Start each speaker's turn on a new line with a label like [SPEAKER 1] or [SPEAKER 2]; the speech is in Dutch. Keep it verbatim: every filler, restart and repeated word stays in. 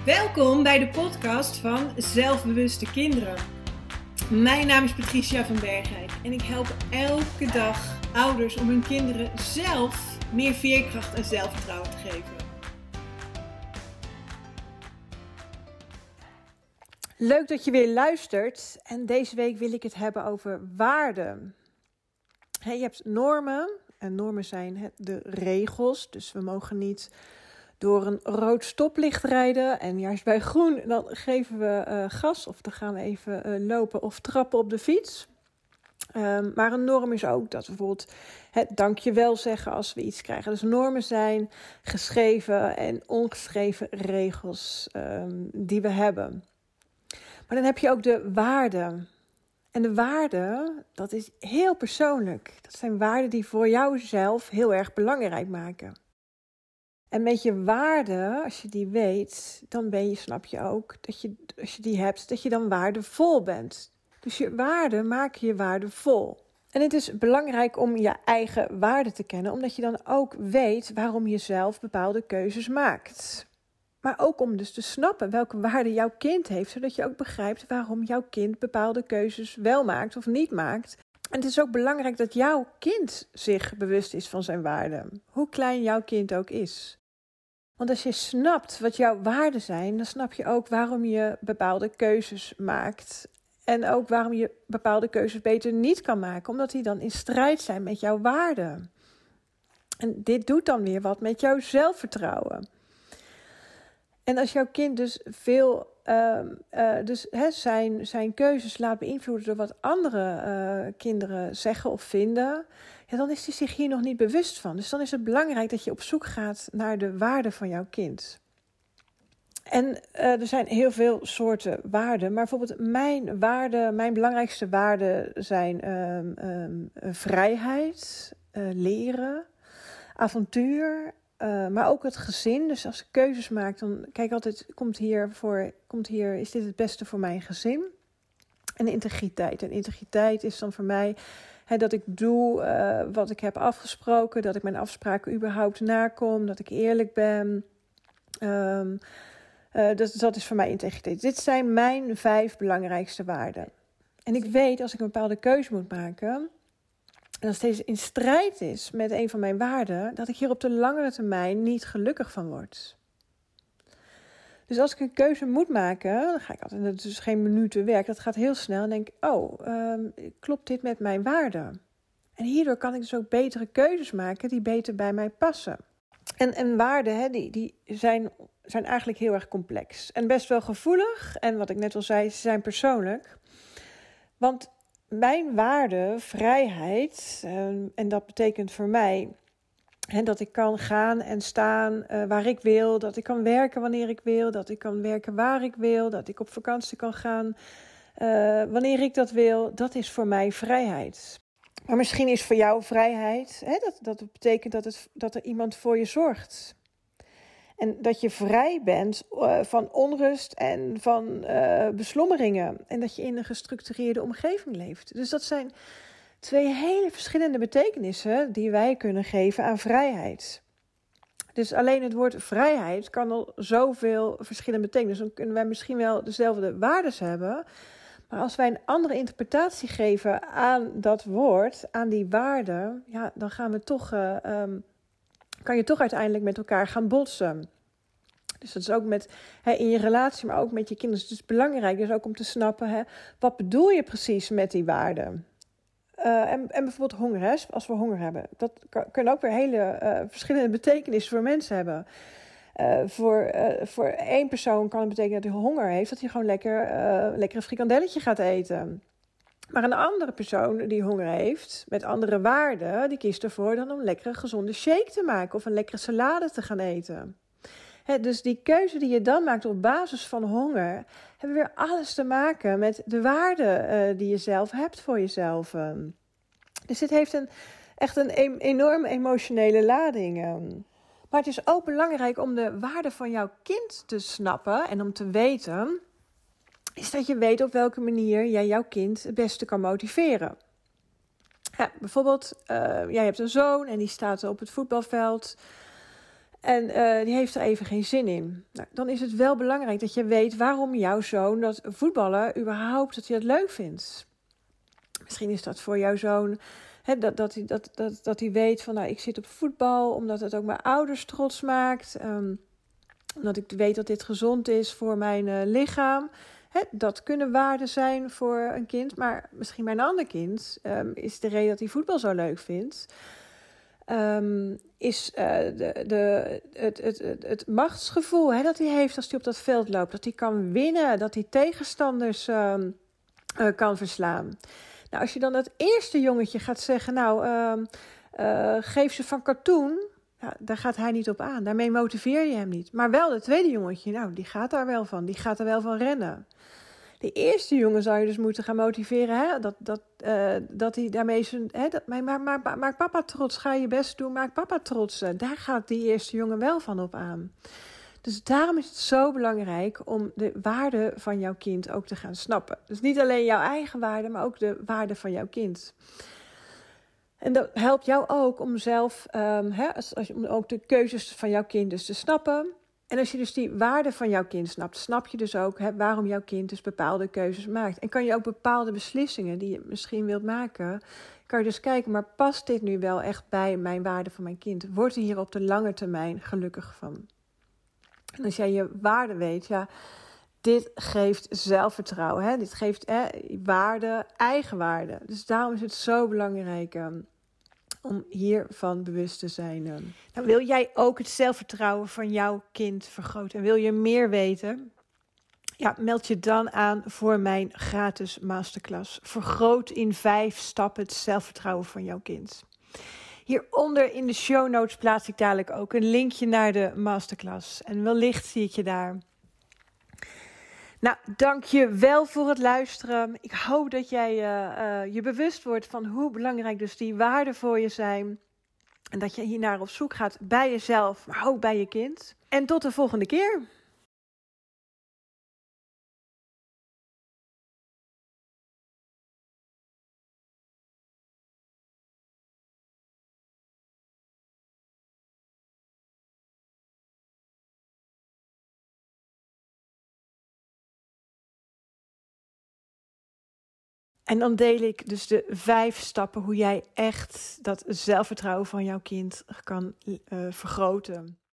[SPEAKER 1] Welkom bij de podcast van Zelfbewuste Kinderen. Mijn naam is Patricia van Bergijk en ik help elke dag ouders om hun kinderen zelf meer veerkracht en zelfvertrouwen te geven. Leuk dat je weer luistert en deze week wil ik het hebben over waarden. Je hebt normen en normen zijn de regels, dus we mogen niet door een rood stoplicht rijden en juist bij groen dan geven we uh, gas of dan gaan we even uh, lopen of trappen op de fiets. Um, maar een norm is ook dat we bijvoorbeeld het dankjewel zeggen als we iets krijgen. Dus normen zijn geschreven en ongeschreven regels um, die we hebben. Maar dan heb je ook de waarden. En de waarden, dat is heel persoonlijk. Dat zijn waarden die voor jouzelf heel erg belangrijk maken. En met je waarden, als je die weet, dan ben je, snap je ook, dat je, als je die hebt, dat je dan waardevol bent. Dus je waarden maken je waardevol. En het is belangrijk om je eigen waarden te kennen, omdat je dan ook weet waarom je zelf bepaalde keuzes maakt. Maar ook om dus te snappen welke waarden jouw kind heeft, zodat je ook begrijpt waarom jouw kind bepaalde keuzes wel maakt of niet maakt. En het is ook belangrijk dat jouw kind zich bewust is van zijn waarden, hoe klein jouw kind ook is. Want als je snapt wat jouw waarden zijn, dan snap je ook waarom je bepaalde keuzes maakt. En ook waarom je bepaalde keuzes beter niet kan maken, omdat die dan in strijd zijn met jouw waarden. En dit doet dan weer wat met jouw zelfvertrouwen. En als jouw kind dus veel uh, uh, dus, he, zijn, zijn keuzes laat beïnvloeden door wat andere uh, kinderen zeggen of vinden, ja, dan is hij zich hier nog niet bewust van. Dus dan is het belangrijk dat je op zoek gaat naar de waarden van jouw kind. En uh, er zijn heel veel soorten waarden, maar bijvoorbeeld mijn waarden, mijn belangrijkste waarden zijn um, um, vrijheid, uh, leren, avontuur. Uh, maar ook het gezin. Dus als ik keuzes maak, dan kijk altijd, komt hier voor, komt hier, is dit het beste voor mijn gezin? En integriteit. En integriteit is dan voor mij hè, dat ik doe uh, wat ik heb afgesproken, dat ik mijn afspraken überhaupt nakom, dat ik eerlijk ben. Um, uh, dat, dat is voor mij integriteit. Dit zijn mijn vijf belangrijkste waarden. En ik weet, als ik een bepaalde keuze moet maken, en als deze in strijd is met een van mijn waarden, dat ik hier op de langere termijn niet gelukkig van word. Dus als ik een keuze moet maken, dan ga ik altijd, dat is geen minuten werk, dat gaat heel snel. En denk ik, oh, um, klopt dit met mijn waarden? En hierdoor kan ik dus ook betere keuzes maken die beter bij mij passen. En, en waarden, hè, die, die zijn, zijn eigenlijk heel erg complex. En best wel gevoelig. En wat ik net al zei, ze zijn persoonlijk. Want mijn waarde, vrijheid, um, en dat betekent voor mij he, dat ik kan gaan en staan uh, waar ik wil, dat ik kan werken wanneer ik wil, dat ik kan werken waar ik wil, dat ik op vakantie kan gaan uh, wanneer ik dat wil, dat is voor mij vrijheid. Maar misschien is voor jou vrijheid, he, dat, dat betekent dat, het, dat er iemand voor je zorgt. En dat je vrij bent uh, van onrust en van uh, beslommeringen. En dat je in een gestructureerde omgeving leeft. Dus dat zijn twee hele verschillende betekenissen die wij kunnen geven aan vrijheid. Dus alleen het woord vrijheid kan al zoveel verschillende betekenissen. Dan kunnen wij misschien wel dezelfde waardes hebben. Maar als wij een andere interpretatie geven aan dat woord, aan die waarde, ja, dan gaan we toch, uh, um, kan je toch uiteindelijk met elkaar gaan botsen. Dus dat is ook met, hè, in je relatie, maar ook met je kinderen. Dus het is belangrijk dus ook om te snappen, hè, wat bedoel je precies met die waarden? Uh, en, en bijvoorbeeld honger, hè, als we honger hebben. Dat kan, kunnen ook weer hele uh, verschillende betekenissen voor mensen hebben. Uh, voor, uh, voor één persoon kan het betekenen dat hij honger heeft, dat hij gewoon lekker, uh, lekker een frikandelletje gaat eten. Maar een andere persoon die honger heeft, met andere waarden, die kiest ervoor dan om lekkere gezonde shake te maken of een lekkere salade te gaan eten. He, dus die keuze die je dan maakt op basis van honger, hebben weer alles te maken met de waarden uh, die je zelf hebt voor jezelf. Um. Dus dit heeft een, echt een e- enorme emotionele lading. Um. Maar het is ook belangrijk om de waarden van jouw kind te snappen en om te weten, is dat je weet op welke manier jij jouw kind het beste kan motiveren. Ja, bijvoorbeeld, uh, jij hebt een zoon en die staat op het voetbalveld. En uh, die heeft er even geen zin in. Nou, dan is het wel belangrijk dat je weet waarom jouw zoon dat voetballen überhaupt dat hij dat leuk vindt. Misschien is dat voor jouw zoon hè, dat, dat, hij, dat, dat, dat hij weet van nou, ik zit op voetbal omdat het ook mijn ouders trots maakt. Um, omdat ik weet dat dit gezond is voor mijn uh, lichaam. Hè, dat kunnen waarden zijn voor een kind. Maar misschien bij een ander kind um, is de reden dat hij voetbal zo leuk vindt. Um, is uh, de, de, het, het, het, het machtsgevoel hè, dat hij heeft als hij op dat veld loopt. Dat hij kan winnen, dat hij tegenstanders um, uh, kan verslaan. Nou, als je dan het eerste jongetje gaat zeggen, nou, uh, uh, geef ze van katoen, ja, daar gaat hij niet op aan. Daarmee motiveer je hem niet. Maar wel het tweede jongetje, nou, die gaat daar wel van. Die gaat er wel van rennen. De eerste jongen zou je dus moeten gaan motiveren, hè? Dat, dat, uh, dat hij daarmee zijn, hè? Dat, maak, maak, maak papa trots, ga je best doen, maak papa trots. Daar gaat die eerste jongen wel van op aan. Dus daarom is het zo belangrijk om de waarde van jouw kind ook te gaan snappen. Dus niet alleen jouw eigen waarde, maar ook de waarde van jouw kind. En dat helpt jou ook om zelf, um, hè, als, als, om ook de keuzes van jouw kind dus te snappen. En als je dus die waarde van jouw kind snapt, snap je dus ook hè, waarom jouw kind dus bepaalde keuzes maakt. En kan je ook bepaalde beslissingen die je misschien wilt maken, kan je dus kijken, maar past dit nu wel echt bij mijn waarde van mijn kind? Wordt hij hier op de lange termijn gelukkig van? En als jij je waarde weet, ja, dit geeft zelfvertrouwen. Hè? Dit geeft hè, waarde, eigenwaarde. Dus daarom is het zo belangrijk um, om hiervan bewust te zijn. Um. Nou, wil jij ook het zelfvertrouwen van jouw kind vergroten? En wil je meer weten? Ja, meld je dan aan voor mijn gratis masterclass. Vergroot in vijf stappen het zelfvertrouwen van jouw kind. Hieronder in de show notes plaats ik dadelijk ook een linkje naar de masterclass. En wellicht zie ik je daar. Nou, dank je wel voor het luisteren. Ik hoop dat jij uh, uh, je bewust wordt van hoe belangrijk dus die waarden voor je zijn. En dat je hiernaar op zoek gaat bij jezelf, maar ook bij je kind. En tot de volgende keer. En dan deel ik dus de vijf stappen hoe jij echt dat zelfvertrouwen van jouw kind kan uh, vergroten.